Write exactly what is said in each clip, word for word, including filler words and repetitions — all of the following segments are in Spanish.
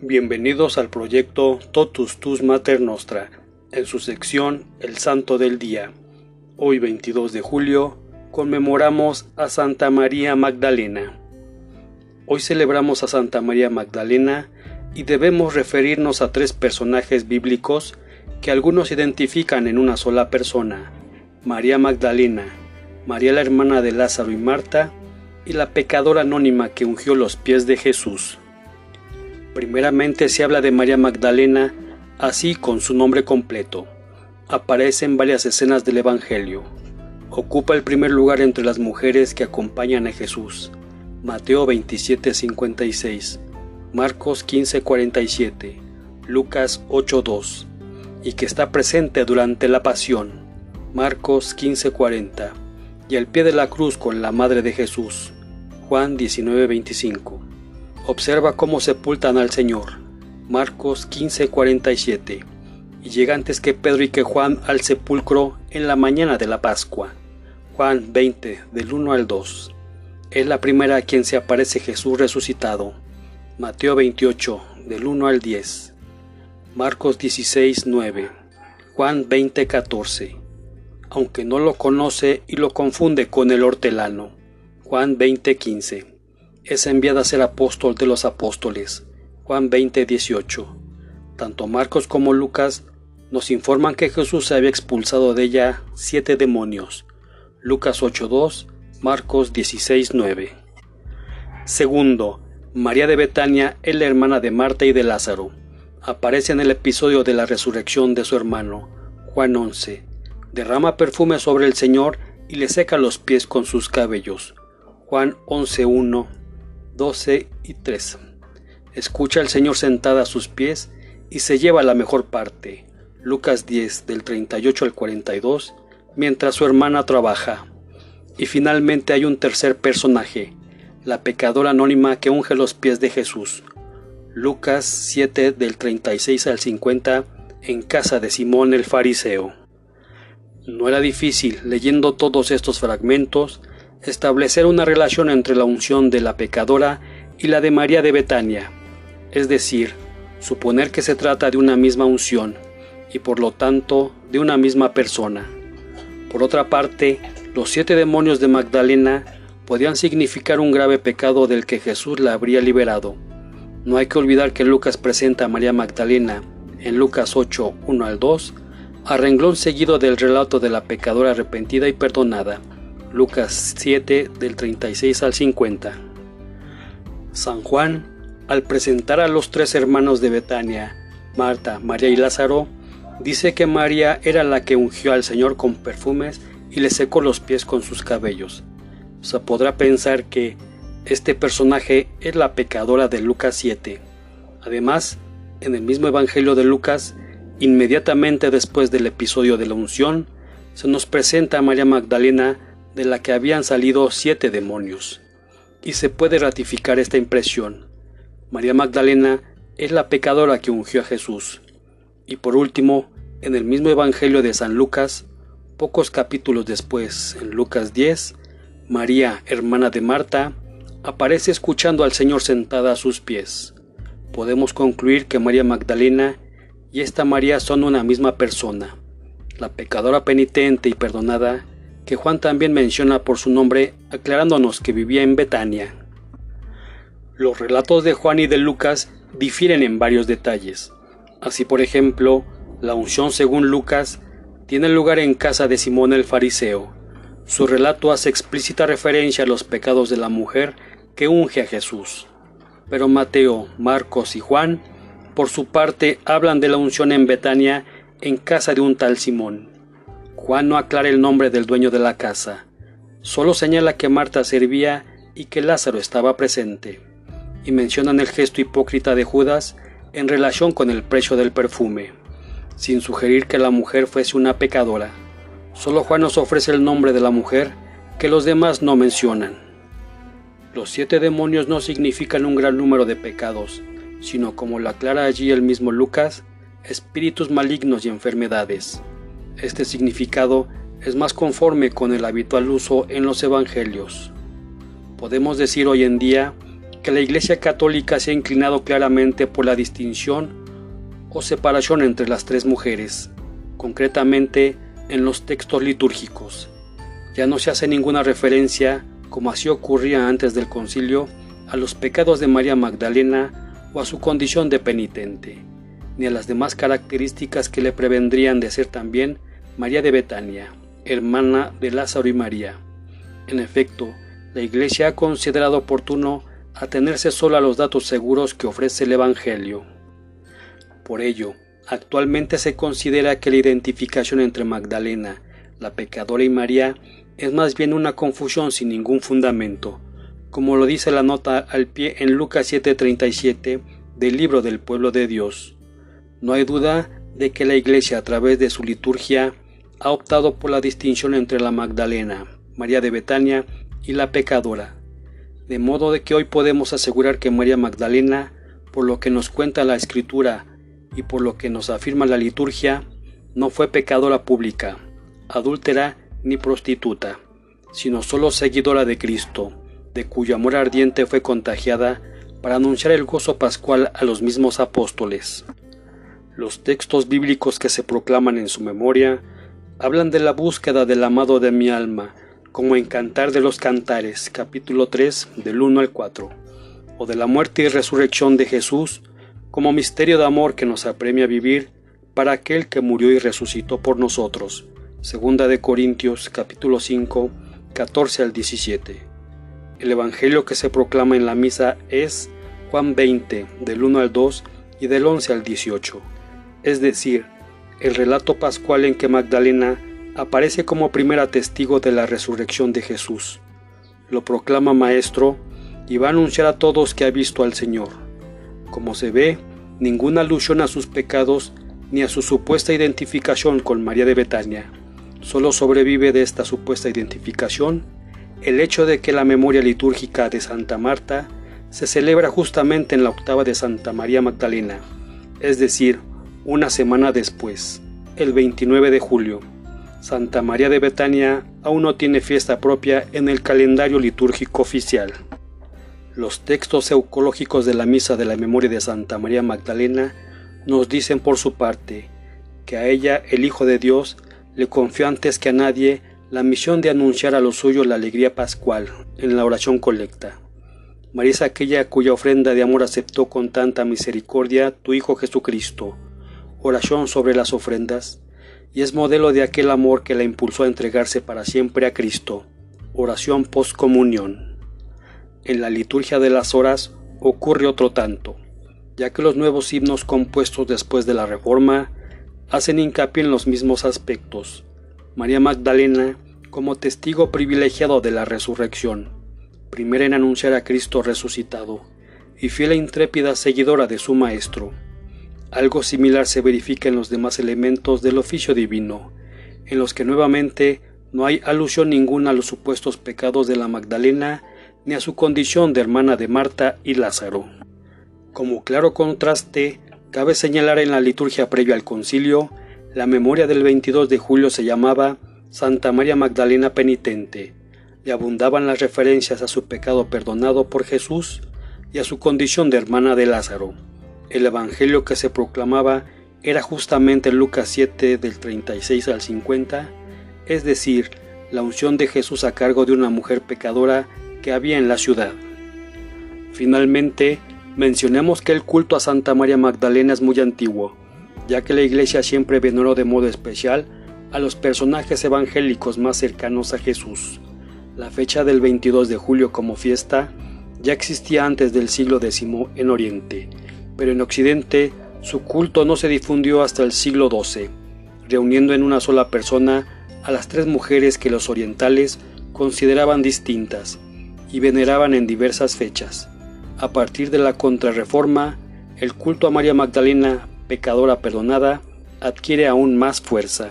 Bienvenidos al proyecto Totus Tus Mater Nostra, en su sección El Santo del Día. Hoy veintidós de julio conmemoramos a Santa María Magdalena. Hoy celebramos a Santa María Magdalena y debemos referirnos a tres personajes bíblicos que algunos identifican en una sola persona: María Magdalena, María la hermana de Lázaro y Marta, y la pecadora anónima que ungió los pies de Jesús. Primeramente se habla de María Magdalena, así con su nombre completo. Aparece en varias escenas del Evangelio. Ocupa el primer lugar entre las mujeres que acompañan a Jesús. Mateo veintisiete cincuenta y seis, Marcos quince cuarenta y siete, Lucas ocho dos, y que está presente durante la pasión. Marcos quince cuarenta, y al pie de la cruz con la madre de Jesús. Juan diecinueve veinticinco. Observa cómo sepultan al Señor. Marcos quince cuarenta y siete. Y llega antes que Pedro y que Juan al sepulcro en la mañana de la Pascua. Juan veinte, del uno al dos. Es la primera a quien se aparece Jesús resucitado. Mateo veintiocho, del uno al diez. Marcos dieciséis, nueve. Juan veinte, catorce. Aunque no lo conoce y lo confunde con el hortelano. Juan veinte, quince. Es enviada a ser apóstol de los apóstoles. Juan veinte, dieciocho. Tanto Marcos como Lucas nos informan que Jesús había expulsado de ella siete demonios. Lucas ocho, dos, Marcos dieciséis, nueve. Segundo, María de Betania es la hermana de Marta y de Lázaro. Aparece en el episodio de la resurrección de su hermano. Juan once. Derrama perfume sobre el Señor y le seca los pies con sus cabellos. Juan once, uno, doce y tres. Escucha al Señor sentada a sus pies y se lleva la mejor parte. Lucas diez, del treinta y ocho al cuarenta y dos, mientras su hermana trabaja. Y finalmente hay un tercer personaje, la pecadora anónima que unge los pies de Jesús. Lucas siete, del treinta y seis al cincuenta, en casa de Simón el fariseo. No era difícil, leyendo todos estos fragmentos, establecer una relación entre la unción de la pecadora y la de María de Betania, es decir, suponer que se trata de una misma unción y por lo tanto de una misma persona. Por otra parte, los siete demonios de Magdalena podían significar un grave pecado del que Jesús la habría liberado. No hay que olvidar que Lucas presenta a María Magdalena en Lucas ocho, uno al dos, a renglón seguido del relato de la pecadora arrepentida y perdonada. Lucas siete, del treinta y seis al cincuenta. San Juan, al presentar a los tres hermanos de Betania, Marta, María y Lázaro, dice que María era la que ungió al Señor con perfumes y le secó los pies con sus cabellos. Se podrá pensar que este personaje es la pecadora de Lucas siete. Además, en el mismo Evangelio de Lucas, inmediatamente después del episodio de la unción, se nos presenta a María Magdalena, de la que habían salido siete demonios. Y se puede ratificar esta impresión. María Magdalena es la pecadora que ungió a Jesús. Y por último, en el mismo Evangelio de San Lucas, pocos capítulos después, en Lucas diez, María, hermana de Marta, aparece escuchando al Señor sentada a sus pies. Podemos concluir que María Magdalena y esta María son una misma persona, la pecadora penitente y perdonada, que Juan también menciona por su nombre, aclarándonos que vivía en Betania. Los relatos de Juan y de Lucas difieren en varios detalles. Así, por ejemplo, la unción según Lucas tiene lugar en casa de Simón el fariseo. Su relato hace explícita referencia a los pecados de la mujer que unge a Jesús. Pero Mateo, Marcos y Juan, por su parte, hablan de la unción en Betania en casa de un tal Simón. Juan no aclara el nombre del dueño de la casa, solo señala que Marta servía y que Lázaro estaba presente, y mencionan el gesto hipócrita de Judas en relación con el precio del perfume, sin sugerir que la mujer fuese una pecadora. Solo Juan nos ofrece el nombre de la mujer que los demás no mencionan. Los siete demonios no significan un gran número de pecados, sino, como lo aclara allí el mismo Lucas, espíritus malignos y enfermedades. Este significado es más conforme con el habitual uso en los evangelios. Podemos decir hoy en día que la Iglesia Católica se ha inclinado claramente por la distinción o separación entre las tres mujeres, concretamente en los textos litúrgicos. Ya no se hace ninguna referencia, como así ocurría antes del concilio, a los pecados de María Magdalena o a su condición de penitente, ni a las demás características que le prevendrían de ser también María de Betania, hermana de Lázaro y María. En efecto, la Iglesia ha considerado oportuno atenerse solo a los datos seguros que ofrece el Evangelio. Por ello, actualmente se considera que la identificación entre Magdalena, la pecadora, y María es más bien una confusión sin ningún fundamento, como lo dice la nota al pie en Lucas siete treinta y siete del libro del pueblo de Dios. No hay duda de que la Iglesia, a través de su liturgia, ha optado por la distinción entre la Magdalena, María de Betania y la pecadora, de modo de que hoy podemos asegurar que María Magdalena, por lo que nos cuenta la Escritura y por lo que nos afirma la liturgia, no fue pecadora pública, adúltera ni prostituta, sino solo seguidora de Cristo, de cuyo amor ardiente fue contagiada para anunciar el gozo pascual a los mismos apóstoles. Los textos bíblicos que se proclaman en su memoria hablan de la búsqueda del amado de mi alma, como en Cantar de los Cantares, capítulo tres, del uno al cuatro, o de la muerte y resurrección de Jesús, como misterio de amor que nos apremia a vivir para aquel que murió y resucitó por nosotros, segunda de Corintios, capítulo cinco, catorce al diecisiete. El Evangelio que se proclama en la misa es Juan veinte, del uno al dos y del once al dieciocho, es decir, el relato pascual en que Magdalena aparece como primera testigo de la resurrección de Jesús. Lo proclama maestro y va a anunciar a todos que ha visto al Señor. Como se ve, ninguna alusión a sus pecados ni a su supuesta identificación con María de Betania. Solo sobrevive de esta supuesta identificación el hecho de que la memoria litúrgica de Santa Marta se celebra justamente en la octava de Santa María Magdalena, es decir, una semana después, el veintinueve de julio. Santa María de Betania aún no tiene fiesta propia en el calendario litúrgico oficial. Los textos eucológicos de la misa de la memoria de Santa María Magdalena nos dicen por su parte que a ella el Hijo de Dios le confió antes que a nadie la misión de anunciar a los suyos la alegría pascual en la oración colecta. María es aquella cuya ofrenda de amor aceptó con tanta misericordia tu Hijo Jesucristo. Oración sobre las ofrendas, y es modelo de aquel amor que la impulsó a entregarse para siempre a Cristo. Oración postcomunión. En la liturgia de las horas ocurre otro tanto, ya que los nuevos himnos compuestos después de la Reforma hacen hincapié en los mismos aspectos. María Magdalena como testigo privilegiado de la resurrección, primera en anunciar a Cristo resucitado, y fiel e intrépida seguidora de su Maestro. Algo similar se verifica en los demás elementos del oficio divino, en los que nuevamente no hay alusión ninguna a los supuestos pecados de la Magdalena ni a su condición de hermana de Marta y Lázaro. Como claro contraste, cabe señalar en la liturgia previa al concilio, la memoria del veintidós de julio se llamaba Santa María Magdalena Penitente, y abundaban las referencias a su pecado perdonado por Jesús y a su condición de hermana de Lázaro. El evangelio que se proclamaba era justamente Lucas siete del treinta y seis al cincuenta, es decir, la unción de Jesús a cargo de una mujer pecadora que había en la ciudad. Finalmente, mencionemos que el culto a Santa María Magdalena es muy antiguo, ya que la Iglesia siempre veneró de modo especial a los personajes evangélicos más cercanos a Jesús. La fecha del veintidós de julio como fiesta ya existía antes del siglo décimo en Oriente, pero en Occidente su culto no se difundió hasta el siglo doce, reuniendo en una sola persona a las tres mujeres que los orientales consideraban distintas y veneraban en diversas fechas. A partir de la Contrarreforma, el culto a María Magdalena, pecadora perdonada, adquiere aún más fuerza.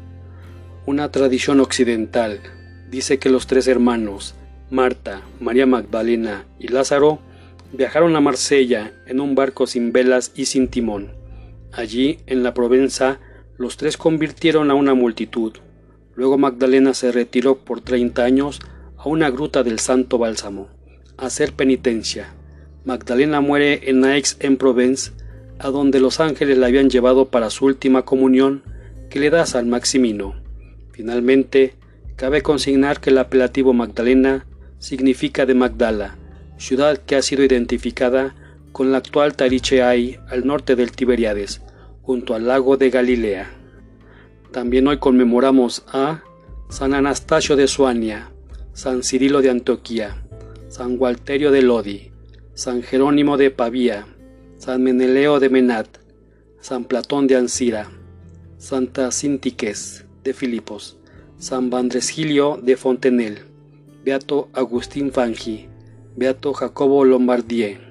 Una tradición occidental dice que los tres hermanos, Marta, María Magdalena y Lázaro, viajaron a Marsella en un barco sin velas y sin timón. Allí, en la Provenza, los tres convirtieron a una multitud. Luego Magdalena se retiró por treinta años a una gruta del Santo Bálsamo, a hacer penitencia, Magdalena muere en Aix-en-Provence, a donde los ángeles la habían llevado para su última comunión que le da San Maximino. Finalmente, cabe consignar que el apelativo Magdalena significa de Magdala, ciudad que ha sido identificada con la actual Taricheae al norte del Tiberíades, junto al lago de Galilea. También hoy conmemoramos a San Anastasio de Suania, San Cirilo de Antioquía, San Gualterio de Lodi, San Jerónimo de Pavía, San Meneleo de Menat, San Platón de Ancira, Santa Sintiques de Filipos, San Vandresgilio de Fontenelle, Beato Agustín Fangi, Beato Jacobo Lombardie.